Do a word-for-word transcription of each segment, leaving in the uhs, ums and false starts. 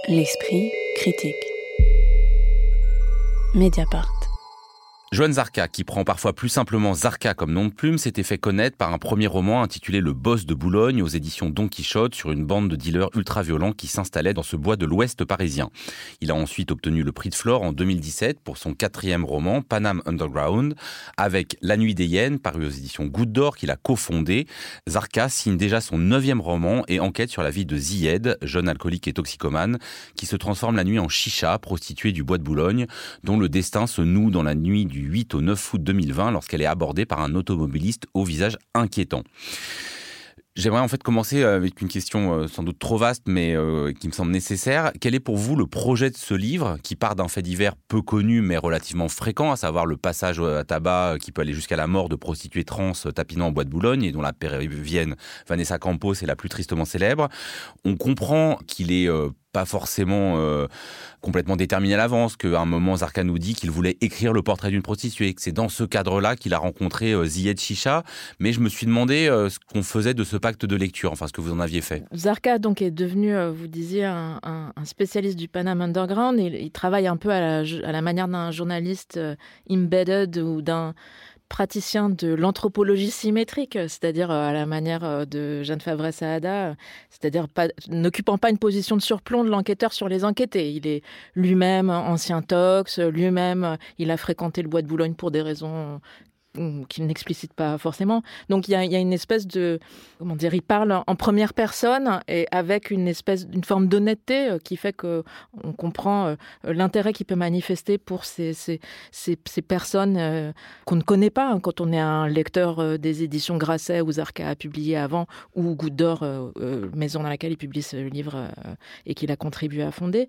L'esprit critique. Mediapart. Joan Zarka, qui prend parfois plus simplement Zarka comme nom de plume, s'était fait connaître par un premier roman intitulé Le Boss de Boulogne aux éditions Don Quichotte sur une bande de dealers ultra-violents qui s'installaient dans ce bois de l'ouest parisien. Il a ensuite obtenu le prix de Flore en deux mille dix-sept pour son quatrième roman, Paname Underground, avec La Nuit des Hyènes, paru aux éditions Goutte d'Or, qu'il a cofondé. Zarka signe déjà son neuvième roman et enquête sur la vie de Zied, jeune alcoolique et toxicomane, qui se transforme la nuit en chicha, prostituée du bois de Boulogne, dont le destin se noue dans la nuit du huit au neuf août deux mille vingt lorsqu'elle est abordée par un automobiliste au visage inquiétant. J'aimerais en fait commencer avec une question sans doute trop vaste, mais euh, qui me semble nécessaire. Quel est pour vous le projet de ce livre, qui part d'un fait divers peu connu mais relativement fréquent, à savoir le passage à tabac qui peut aller jusqu'à la mort de prostituées trans tapinant en bois de Boulogne et dont la péruvienne Vanessa Campos est la plus tristement célèbre. On comprend qu'il est euh, pas forcément euh, complètement déterminé à l'avance, qu'à un moment Zarka nous dit qu'il voulait écrire le portrait d'une prostituée, que c'est dans ce cadre-là qu'il a rencontré euh, Zied Chicha, mais je me suis demandé euh, ce qu'on faisait de ce pacte de lecture, enfin ce que vous en aviez fait. Zarka donc est devenu, euh, vous disiez, un, un, un spécialiste du Paname Underground, et il travaille un peu à la, à la manière d'un journaliste euh, embedded ou d'un praticien de l'anthropologie symétrique, c'est-à-dire à la manière de Jeanne Favret-Saada, c'est-à-dire pas, n'occupant pas une position de surplomb de l'enquêteur sur les enquêtés. Il est lui-même ancien tox, lui-même il a fréquenté le bois de Boulogne pour des raisons qu'il n'explicite pas forcément. Donc il y a, il y a une espèce de, comment dire, il parle en première personne et avec une espèce, une forme d'honnêteté qui fait que on comprend l'intérêt qu'il peut manifester pour ces, ces, ces, ces personnes qu'on ne connaît pas quand on est un lecteur des éditions Grasset ou Zarka a publié avant, ou Goutte d'Or, maison dans laquelle il publie ce livre et qu'il a contribué à fonder.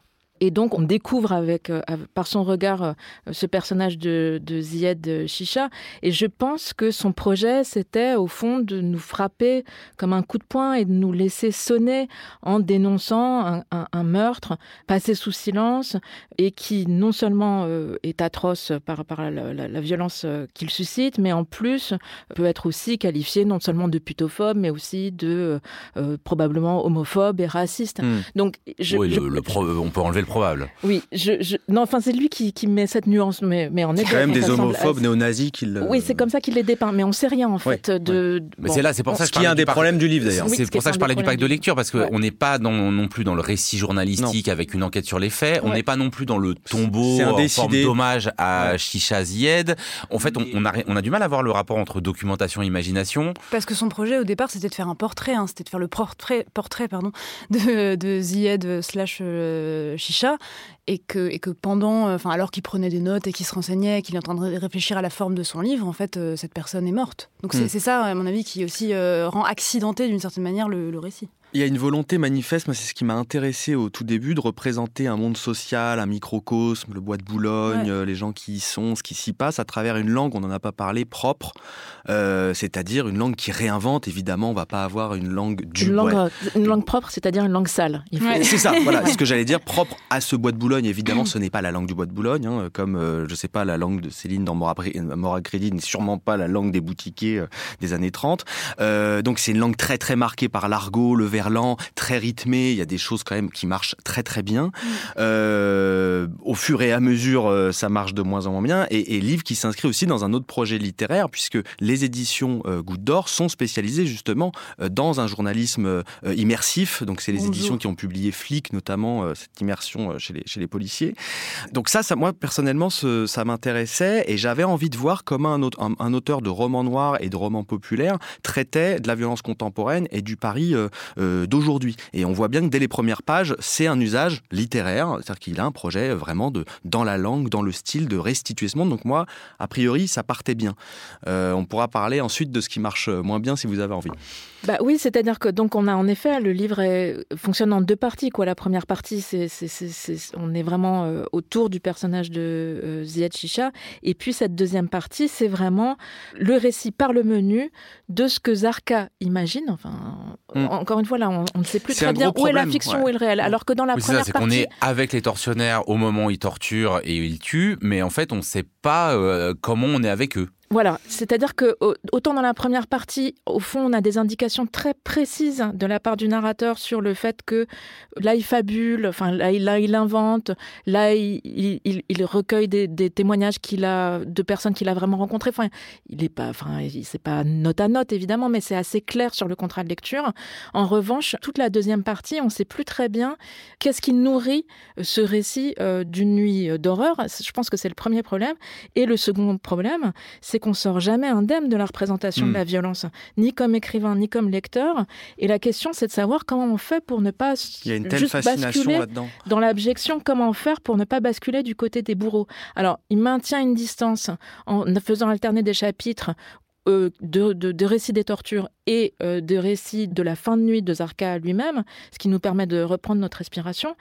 Et donc, on découvre avec, euh, par son regard euh, ce personnage de, de Zied Chicha. Et je pense que son projet, c'était au fond de nous frapper comme un coup de poing et de nous laisser sonner en dénonçant un, un, un meurtre passé sous silence et qui non seulement euh, est atroce par, par la, la, la violence qu'il suscite, mais en plus peut être aussi qualifié non seulement de putophobe, mais aussi de euh, probablement homophobe et raciste. Mmh. Donc, je, oui, je, le, le pro, on peut enlever le probable. Oui, je, je, non, enfin c'est lui qui, qui met cette nuance, mais, mais en c'est quand même des homophobes assez... néo-nazis qui le... Oui, c'est comme ça qu'il les dépeint, mais on sait rien en fait ouais, de. Ouais. Mais bon, c'est là, c'est pour ça que je parlais. Ce qui est un des par... problèmes du livre d'ailleurs. Oui, c'est pour ça que je parlais du pacte de lecture, parce qu'on ouais. n'est pas dans, non plus dans le récit journalistique non. avec une enquête sur les faits. Ouais. On n'est pas non plus dans le tombeau en forme d'hommage à ouais. Chicha Zied. En fait, on, on, a, on a du mal à voir le rapport entre documentation et imagination. Parce que son projet au départ, c'était de faire un portrait, hein, c'était de faire le portrait, portrait pardon, de, de Zied slash euh, Chicha. Et que, et que pendant, enfin, alors qu'il prenait des notes et qu'il se renseignait, qu'il est en train de réfléchir à la forme de son livre, en fait, euh, cette personne est morte. Donc c'est, mmh. c'est ça, à mon avis, qui aussi euh, rend accidenté d'une certaine manière le, le récit. Il y a une volonté manifeste, moi c'est ce qui m'a intéressé au tout début, de représenter un monde social, un microcosme, le bois de Boulogne, ouais. les gens qui y sont, ce qui s'y passe, à travers une langue, on n'en a pas parlé, propre, euh, c'est-à-dire une langue qui réinvente. Évidemment, on ne va pas avoir une langue du une langue, ouais. une langue propre, c'est-à-dire une langue sale. Il faut... ouais. C'est ça, voilà, c'est ce que j'allais dire, propre à ce bois de Boulogne. Évidemment, ce n'est pas la langue du bois de Boulogne, hein, comme, euh, je ne sais pas, la langue de Céline dans Moral Crédit n'est sûrement pas la langue des boutiquiers euh, des années trente. Euh, donc c'est une langue très très marquée par l'argot, le verlan, très rythmé, il y a des choses quand même qui marchent très très bien. Euh, au fur et à mesure, euh, ça marche de moins en moins bien. Et, et livre qui s'inscrit aussi dans un autre projet littéraire, puisque les éditions euh, Goutte d'Or sont spécialisées justement euh, dans un journalisme euh, immersif. Donc c'est les Bonjour. éditions qui ont publié Flic, notamment euh, cette immersion euh, chez, les, chez les policiers. Donc ça, ça moi personnellement, ce, ça m'intéressait et j'avais envie de voir comment un, un, un auteur de romans noirs et de romans populaires traitait de la violence contemporaine et du Paris euh, euh, d'aujourd'hui. Et on voit bien que dès les premières pages, c'est un usage littéraire, c'est-à-dire qu'il a un projet vraiment de, dans la langue, dans le style, de restituer ce monde. Donc moi, a priori, ça partait bien. Euh, on pourra parler ensuite de ce qui marche moins bien si vous avez envie. Bah oui, c'est-à-dire que donc on a en effet le livre est, fonctionne en deux parties quoi. La première partie, c'est, c'est, c'est, c'est on est vraiment euh, autour du personnage de euh, Zied Chicha, et puis cette deuxième partie, c'est vraiment le récit par le menu de ce que Zarka imagine. Enfin, mm. encore une fois là, on, on ne sait plus c'est très bien problème, où est la fiction, ouais. où est le réel. Alors que dans la oui, première c'est ça, c'est partie, qu'on est avec les tortionnaires au moment où ils torturent et ils tuent, mais en fait on ne sait pas euh, comment on est avec eux. Voilà, c'est-à-dire que autant dans la première partie, au fond, on a des indications très précises de la part du narrateur sur le fait que là, il fabule, enfin là, il, là, il invente, là, il, il, il recueille des, des témoignages qu'il a de personnes qu'il a vraiment rencontrées. Enfin, il est pas, enfin, c'est pas note à note évidemment, mais c'est assez clair sur le contrat de lecture. En revanche, toute la deuxième partie, on ne sait plus très bien qu'est-ce qui nourrit ce récit euh, d'une nuit d'horreur. Je pense que c'est le premier problème. Et le second problème, c'est qu'on sort jamais indemne de la représentation mmh. de la violence, ni comme écrivain, ni comme lecteur. Et la question, c'est de savoir comment on fait pour ne pas Il y a une telle juste fascination basculer là-dedans. dans l'abjection, comment faire pour ne pas basculer du côté des bourreaux. Alors, il maintient une distance en faisant alterner des chapitres euh, de, de, de récits des tortures et euh, de récits de la fin de nuit de Zarka lui-même, ce qui nous permet de reprendre notre respiration.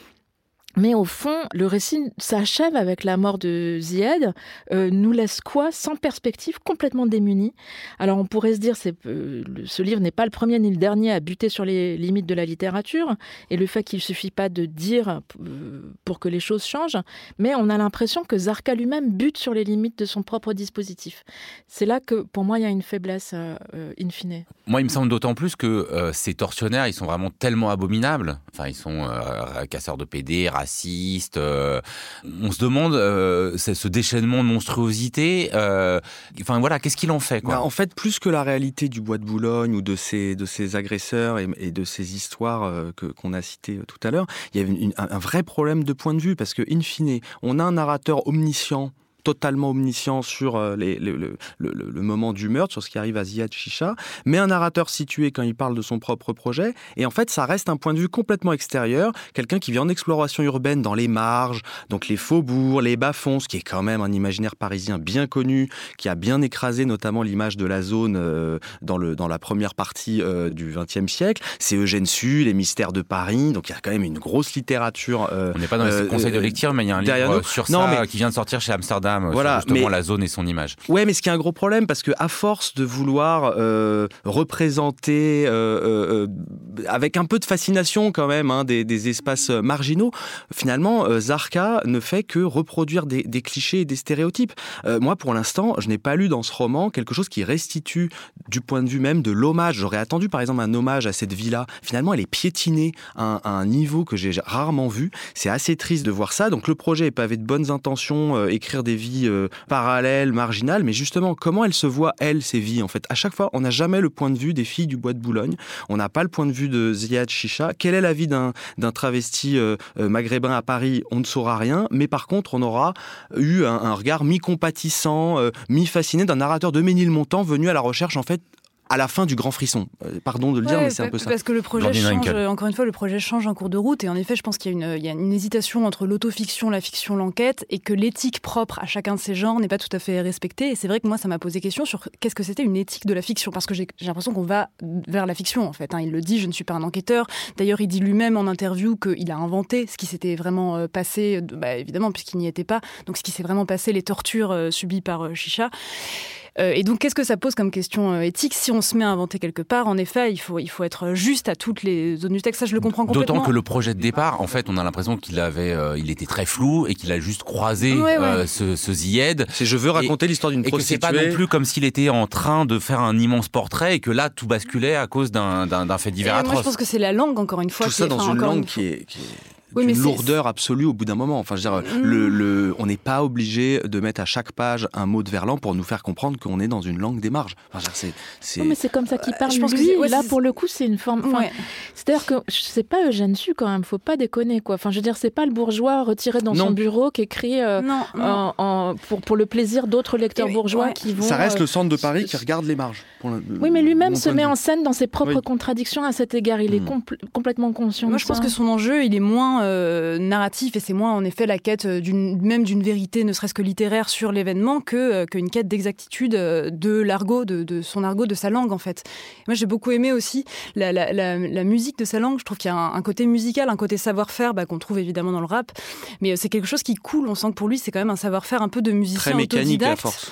Mais au fond, le récit s'achève avec la mort de Zied, euh, nous laisse quoi ? Sans perspective, complètement démunis. Alors on pourrait se dire, c'est, euh, ce livre n'est pas le premier ni le dernier à buter sur les limites de la littérature, et le fait qu'il ne suffit pas de dire euh, pour que les choses changent, mais on a l'impression que Zarka lui-même bute sur les limites de son propre dispositif. C'est là que, pour moi, il y a une faiblesse euh, in fine. Moi, il me semble d'autant plus que euh, ces tortionnaires, ils sont vraiment tellement abominables. Enfin, ils sont euh, casseurs de pédés, racistes. Euh, on se demande, euh, c'est ce déchaînement de monstruosité. Euh, enfin voilà, qu'est-ce qu'il en fait, quoi ? Bah, en fait, plus que la réalité du bois de Boulogne ou de ces de ces agresseurs et, et de ces histoires euh, que qu'on a citées tout à l'heure, il y a une, une, un vrai problème de point de vue parce que in fine, on a un narrateur omniscient. Totalement omniscient sur les, le, le, le, le moment du meurtre, sur ce qui arrive à Ziad Chicha, mais un narrateur situé quand il parle de son propre projet. Et en fait, ça reste un point de vue complètement extérieur, quelqu'un qui vit en exploration urbaine dans les marges, donc les faubourgs, les bas-fonds, ce qui est quand même un imaginaire parisien bien connu, qui a bien écrasé notamment l'image de la zone euh, dans, le, dans la première partie euh, du vingtième siècle. C'est Eugène Sue, Les mystères de Paris, donc il y a quand même une grosse littérature. Euh, On n'est pas dans les euh, conseils de lecture, mais il y a un livre nous. sur non, ça mais... qui vient de sortir chez Amsterdam. Voilà, sur justement mais, la zone et son image. Ouais, mais ce qui est un gros problème, parce que à force de vouloir euh, représenter euh, euh, avec un peu de fascination quand même hein, des, des espaces marginaux, finalement, euh, Zarka ne fait que reproduire des, des clichés et des stéréotypes. Euh, moi, pour l'instant, je n'ai pas lu dans ce roman quelque chose qui restitue du point de vue même de l'hommage. J'aurais attendu, par exemple, un hommage à cette villa. Finalement, elle est piétinée à un, à un niveau que j'ai rarement vu. C'est assez triste de voir ça. Donc, le projet est pavé de bonnes intentions, euh, écrire des vies euh, parallèles, marginales, mais justement, comment elles se voient, elles, ces vies, en fait. À chaque fois, on n'a jamais le point de vue des filles du bois de Boulogne, on n'a pas le point de vue de Ziad Chicha. Quelle est la vie d'un, d'un travesti euh, euh, maghrébin à Paris ? On ne saura rien, mais par contre, on aura eu un, un regard mi-compatissant, euh, mi-fasciné d'un narrateur de Ménilmontant venu à la recherche, en fait, à la fin du grand frisson. Euh, pardon de le ouais, dire, mais c'est un peu ça. Parce que le projet change, encore une fois, le projet change en cours de route. Et en effet, je pense qu'il y a une, il y a une hésitation entre l'autofiction, la fiction, l'enquête, et que l'éthique propre à chacun de ces genres n'est pas tout à fait respectée. Et c'est vrai que moi, ça m'a posé question sur qu'est-ce que c'était une éthique de la fiction. Parce que j'ai, j'ai l'impression qu'on va vers la fiction, en fait. Hein. Il le dit, je ne suis pas un enquêteur. D'ailleurs, il dit lui-même en interview qu'il a inventé ce qui s'était vraiment passé, bah, évidemment, puisqu'il n'y était pas. Donc, ce qui s'est vraiment passé, les tortures euh, subies par euh, Chicha. Euh, et donc, qu'est-ce que ça pose comme question euh, éthique si on se met à inventer quelque part ? En effet, il faut, il faut être juste à toutes les zones du texte. Ça, je le comprends complètement. D'autant que le projet de départ, en fait, on a l'impression qu'il avait, euh, il était très flou et qu'il a juste croisé ouais, ouais. Euh, ce, ce Zied. C'est je veux raconter et, l'histoire d'une et prostituée. Et que c'est pas non plus comme s'il était en train de faire un immense portrait et que là, tout basculait à cause d'un, d'un, d'un fait divers atroce. Moi, je pense que c'est la langue, encore une fois. Tout ça qui dans est, une langue une qui est... Qui est... Oui, une mais lourdeur c'est... absolue au bout d'un moment. Enfin, je veux dire, mmh. le, le, on n'est pas obligé de mettre à chaque page un mot de Verlan pour nous faire comprendre qu'on est dans une langue des marges. Enfin, c'est, c'est... Non, mais c'est comme ça qu'il parle. Je pense lui, que ouais, là, c'est... pour le coup, c'est une forme. Enfin, ouais. C'est-à-dire que c'est pas Eugène Sue quand même. Faut pas déconner, quoi. Enfin, je veux dire, c'est pas le bourgeois retiré dans non. son bureau qui écrit euh, non, non. En, en, pour pour le plaisir d'autres lecteurs Et bourgeois ouais. qui vont. Ça reste euh, le centre de Paris qui regarde les marges. Pour le, oui, mais lui-même se met en scène dans ses propres oui. contradictions à cet égard. Il mmh. est compl- complètement conscient. Moi, de je ça. pense que son enjeu, il est moins euh, narratif et c'est moins en effet la quête d'une, même d'une vérité, ne serait-ce que littéraire sur l'événement, que euh, qu'une quête d'exactitude euh, de l'argot, de, de son argot, de sa langue en fait. Moi, j'ai beaucoup aimé aussi la, la, la, la musique de sa langue. Je trouve qu'il y a un, un côté musical, un côté savoir-faire bah, qu'on trouve évidemment dans le rap, mais euh, c'est quelque chose qui coule. On sent que pour lui, c'est quand même un savoir-faire un peu de musicien autodidacte. Très mécanique à force.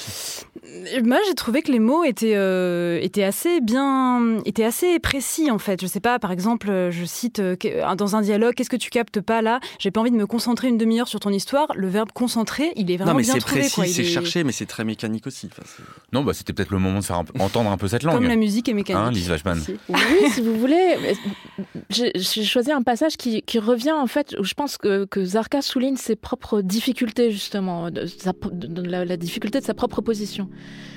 Moi, j'ai trouvé que les mots étaient, euh, étaient assez bien, étaient assez précis en fait. Je sais pas, par exemple, je cite euh, dans un dialogue, qu'est-ce que tu captes pas là, j'ai pas envie de me concentrer une demi-heure sur ton histoire. Le verbe concentrer, il est vraiment non, mais bien c'est trouvé. précis, Quoi. Il c'est est... cherché, mais c'est très mécanique aussi. Enfin, c'est... Non, bah, c'était peut-être le moment de faire un, entendre un peu cette langue. Comme la musique est mécanique. Hein, Lise Wachman. Oui, si vous voulez. J'ai, j'ai choisi un passage qui, qui revient, en fait, où je pense que, que Zarka souligne ses propres difficultés, justement, de sa, de la, la difficulté de sa propre position.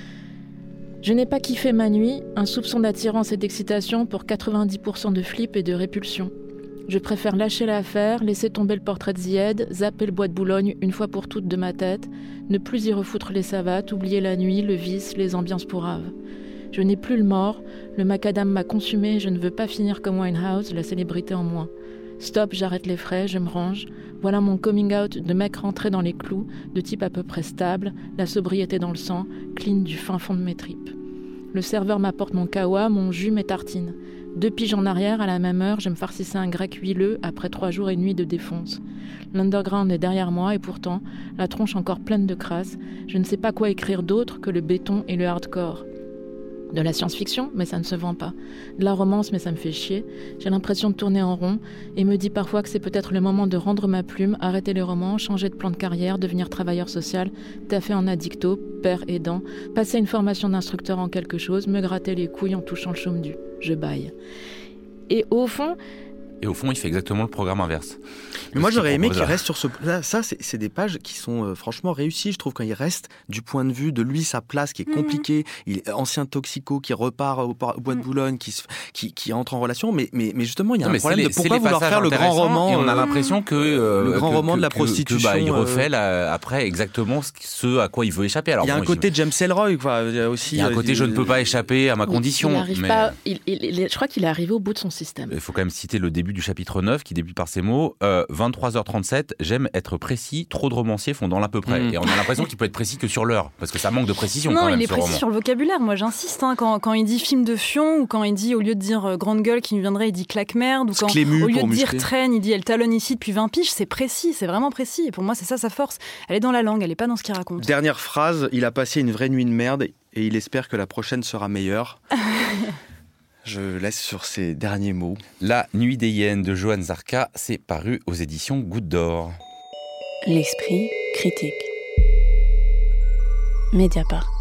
Je n'ai pas kiffé ma nuit, un soupçon d'attirance et d'excitation pour quatre-vingt-dix pour cent de flip et de répulsion. Je préfère lâcher l'affaire, laisser tomber le portrait de Zied, zapper le bois de Boulogne une fois pour toutes de ma tête, ne plus y refoutre les savates, oublier la nuit, le vice, les ambiances pourraves. Je n'ai plus le mort, le macadam m'a consumé, je ne veux pas finir comme Winehouse, la célébrité en moi. Stop, j'arrête les frais, je me range. Voilà mon coming out de mec rentré dans les clous, de type à peu près stable, la sobriété dans le sang, clean du fin fond de mes tripes. Le serveur m'apporte mon kawa, mon jus, mes tartines. Deux piges en arrière, à la même heure, je me farcissais un grec huileux après trois jours et nuits de défonce. L'underground est derrière moi et pourtant, la tronche encore pleine de crasse, je ne sais pas quoi écrire d'autre que le béton et le hardcore. De la science-fiction, mais ça ne se vend pas. De la romance, mais ça me fait chier. J'ai l'impression de tourner en rond et me dis parfois que c'est peut-être le moment de rendre ma plume, arrêter les romans, changer de plan de carrière, devenir travailleur social, taffer en addicto, père aidant, passer une formation d'instructeur en quelque chose, me gratter les couilles en touchant le chaume du. Je baille. Et au fond... Et au fond, il fait exactement le programme inverse. Mais moi, j'aurais aimé qu'il reste sur ce... Là, ça, c'est, c'est des pages qui sont euh, franchement réussies, je trouve, quand il reste du point de vue de lui, sa place, qui est compliquée. Mmh. Il est ancien toxico, qui repart au, au bois de Boulogne, qui, se, qui, qui entre en relation. Mais, mais, mais justement, il y a non, un problème les, de pourquoi vouloir faire le grand roman. Et on a l'impression que... Euh, le grand que, roman que, de la que, prostitution. Que, bah, il refait là, après exactement ce à quoi il veut échapper. Alors, il y a bon, un côté James Ellroy, quoi. Il y a aussi... Il y a un côté, euh, je ne peux pas échapper à ma oui, condition. Il mais... pas, il, il, il, je crois qu'il est arrivé au bout de son système. Il faut quand même citer le début du chapitre neuf, qui débute par ces mots. Euh, vingt-trois heures trente-sept, j'aime être précis, trop de romanciers font dans l'à peu près. Mmh. Et on a l'impression qu'il peut être précis que sur l'heure, parce que ça manque de précision. Non, quand même, il est précis roman. sur le vocabulaire. Moi, j'insiste. Hein, quand, quand il dit film de fion, ou quand il dit, au lieu de dire euh, grande gueule qui nous viendrait, il dit claque-merde, ou quand Clému, au lieu de muscler. dire traîne, il dit elle talonne ici depuis vingt piges, c'est précis, c'est vraiment précis. Et pour moi, c'est ça sa force. Elle est dans la langue, elle n'est pas dans ce qu'il raconte. Dernière phrase, il a passé une vraie nuit de merde et il espère que la prochaine sera meilleure. Je laisse sur ces derniers mots. La Nuit des hyènes de Johann Zarka, c'est paru aux éditions Goutte d'Or. L'esprit critique. Mediapart.